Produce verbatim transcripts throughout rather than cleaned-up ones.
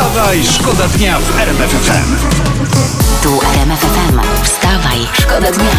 Wstawaj, szkoda dnia w R M F F M. Tu R M F F M. Wstawaj, szkoda dnia.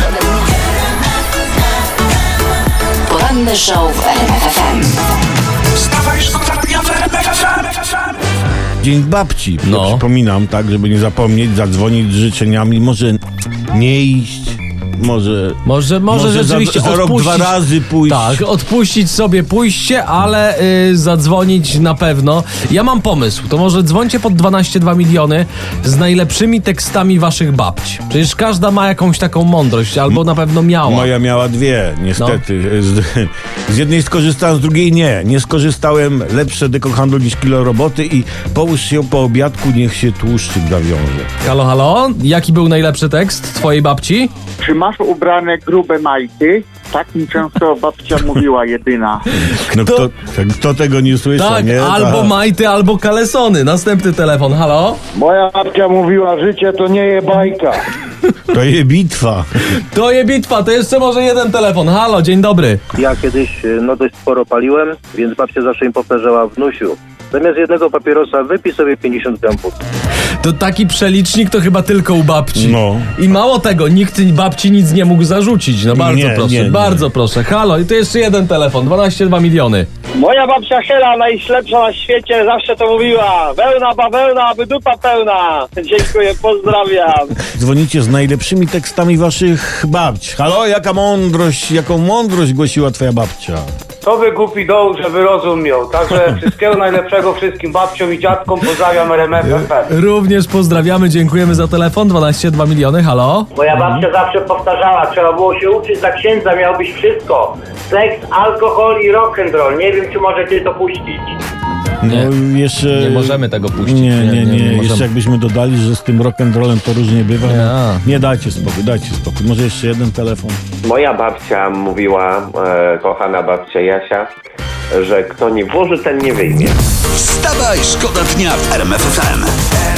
Poranny show w R M F F M. Wstawaj, szkoda dnia w R M F F M. Dzień babci. No. Przypominam, tak, żeby nie zapomnieć, zadzwonić z życzeniami. Może nie iść, może... Może, może, Może rzeczywiście za, za rok odpuścić, dwa razy pójść. Tak, odpuścić sobie pójście, ale y, zadzwonić na pewno. Ja mam pomysł, to może dzwońcie pod dwanaście dwa miliony z najlepszymi tekstami waszych babci. Przecież każda ma jakąś taką mądrość, albo na pewno miała. Moja miała dwie, niestety. Z, z jednej skorzystałem, z drugiej nie. Nie skorzystałem. Lepsze dekohandlu niż kilo roboty i połóż się po obiadku, niech się tłuszczyk zawiąże. Halo, halo? Jaki był najlepszy tekst twojej babci? Czy masz ubrane grube majty? Tak mi często babcia mówiła, jedyna. No Kto- kto, kto tego nie słyszał, Tak, nie? albo Tak. majty, albo kalesony. Następny telefon, halo? Moja babcia mówiła, życie to nie je bajka. To jest bitwa. To je bitwa, to jeszcze może jeden telefon. Halo, dzień dobry. Ja kiedyś no dość sporo paliłem, więc babcia zawsze mi powtarzała: wnusiu, zamiast jednego papierosa wypij sobie pięćdziesiąt gram wódki. To taki przelicznik to chyba tylko u babci. No. I mało tego, nikt babci nic nie mógł zarzucić. No bardzo Nie, proszę, nie, nie. bardzo proszę. Halo, i to jeszcze jeden telefon, dwanaście dwa miliony. Moja babcia Hela, najślepsza na świecie, zawsze to mówiła: wełna bawełna, aby dupa pełna. Dziękuję, pozdrawiam. Dzwonicie z najlepszymi tekstami waszych babci. Halo, jaka mądrość, jaką mądrość głosiła twoja babcia? To wy głupi dołu, żeby rozum miał. Także wszystkiego najlepszego wszystkim babciom i dziadkom. Pozdrawiam R M F F M. Również pozdrawiamy, dziękujemy za telefon, dwanaście dwa miliony, halo? Moja babcia zawsze powtarzała, trzeba było się uczyć za księdza, miał być wszystko. Seks, alkohol i rock'n'roll. Nie wiem, czy możecie to puścić. Nie. No jeszcze... Nie możemy tego puścić. Nie, nie, nie. nie Jeszcze możemy. jakbyśmy dodali, że z tym rock'n'rollem to różnie bywa. Nie. No, nie dajcie spokój, dajcie spokój. Może jeszcze jeden telefon. Moja babcia mówiła, e, kochana babcia Jasia, że kto nie włoży, ten nie wyjmie. Wstawaj, szkoda dnia w R M F F M.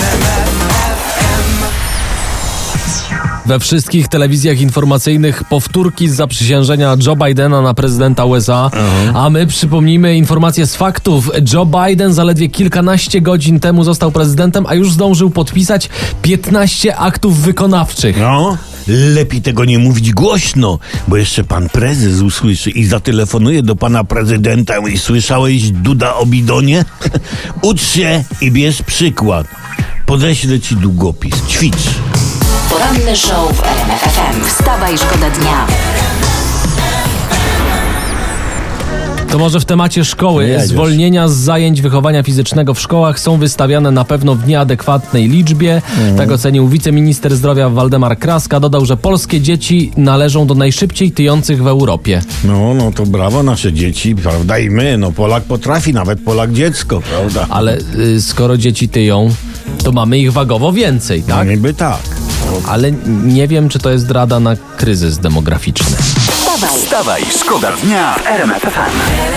We wszystkich telewizjach informacyjnych powtórki z zaprzysiężenia Joe Bidena na prezydenta U S A. A my przypomnijmy informację z faktów. Joe Biden zaledwie kilkanaście godzin temu został prezydentem, a już zdążył podpisać piętnaście aktów wykonawczych. No, lepiej tego nie mówić głośno, bo jeszcze pan prezes usłyszy i zatelefonuje do pana prezydenta i słyszałeś, Duda, o bidonie? Ucz się i bierz przykład. Podeślę ci długopis. Ćwicz. Poranny show w R M F F M. Wstawaj, szkoda dnia. To może w temacie szkoły. Jedziesz. Zwolnienia z zajęć wychowania fizycznego w szkołach są wystawiane na pewno w nieadekwatnej liczbie. Tak ocenił wiceminister zdrowia Waldemar Kraska. Dodał, że polskie dzieci należą do najszybciej tyjących w Europie. No, no to brawo nasze dzieci, prawda? I my, no Polak potrafi, nawet Polak dziecko, prawda? Ale y, skoro dzieci tyją, to mamy ich wagowo więcej, tak? No niby tak. Ale nie wiem, czy to jest rada na kryzys demograficzny. Wstawaj, Wstawaj, szkoda dnia w R M F F M.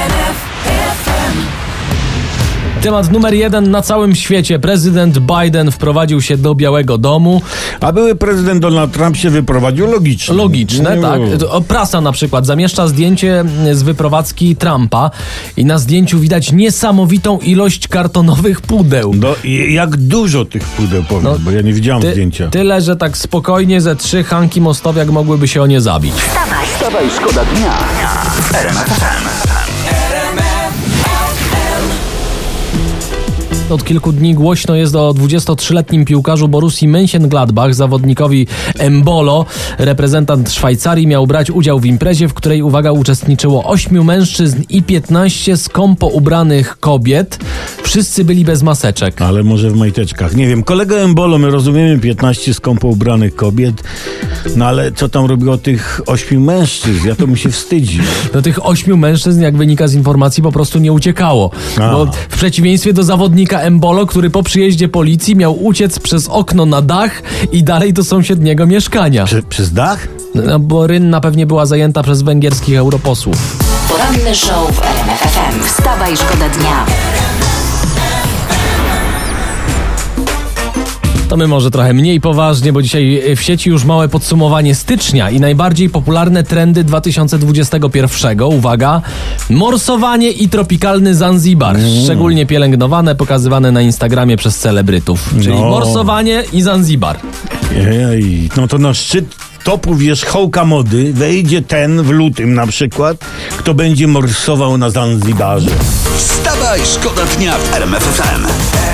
Temat numer jeden na całym świecie. Prezydent Biden wprowadził się do Białego Domu. A były prezydent Donald Trump się wyprowadził logicznie. Logiczne, No. tak. O, prasa na przykład zamieszcza zdjęcie z wyprowadzki Trumpa i na zdjęciu widać niesamowitą ilość kartonowych pudeł. No i jak dużo tych pudeł, powiem, No, bo ja nie widziałam Ty, zdjęcia. tyle, że tak spokojnie ze trzy Hanki Mostowiak mogłyby się o nie zabić. Wstawaj, szkoda dnia w R M F F M. Od kilku dni głośno jest o dwudziestotrzyletnim piłkarzu Borussii Mönchengladbach, zawodnikowi Embolo. Reprezentant Szwajcarii miał brać udział w imprezie, w której, uwaga, uczestniczyło ośmiu mężczyzn i piętnaście skąpo ubranych kobiet. Wszyscy byli bez maseczek. Ale może w majteczkach. Nie wiem, kolega Embolo, my rozumiemy piętnaście skąpo ubranych kobiet, no ale co tam robiło tych ośmiu mężczyzn? Ja to mi się wstydzi. No tych ośmiu mężczyzn, jak wynika z informacji, po prostu nie uciekało. A. Bo w przeciwieństwie do zawodnika Embolo, który po przyjeździe policji miał uciec przez okno na dach i dalej do sąsiedniego mieszkania. Prze, przez dach? No, bo rynna pewnie była zajęta przez węgierskich europosłów. poranny show w R M F F M. Wstawaj, szkoda dnia. To my może trochę mniej poważnie, bo dzisiaj w sieci już małe podsumowanie stycznia i najbardziej popularne trendy dwa tysiące dwudziestego pierwszego. Uwaga, morsowanie i tropikalny Zanzibar. Szczególnie pielęgnowane, pokazywane na Instagramie przez celebrytów. Czyli No. morsowanie i Zanzibar. Ej, no to na szczyt topu wierzchołka mody wejdzie ten w lutym na przykład, kto będzie morsował na Zanzibarze. Wstawaj, szkoda dnia w R M F F M.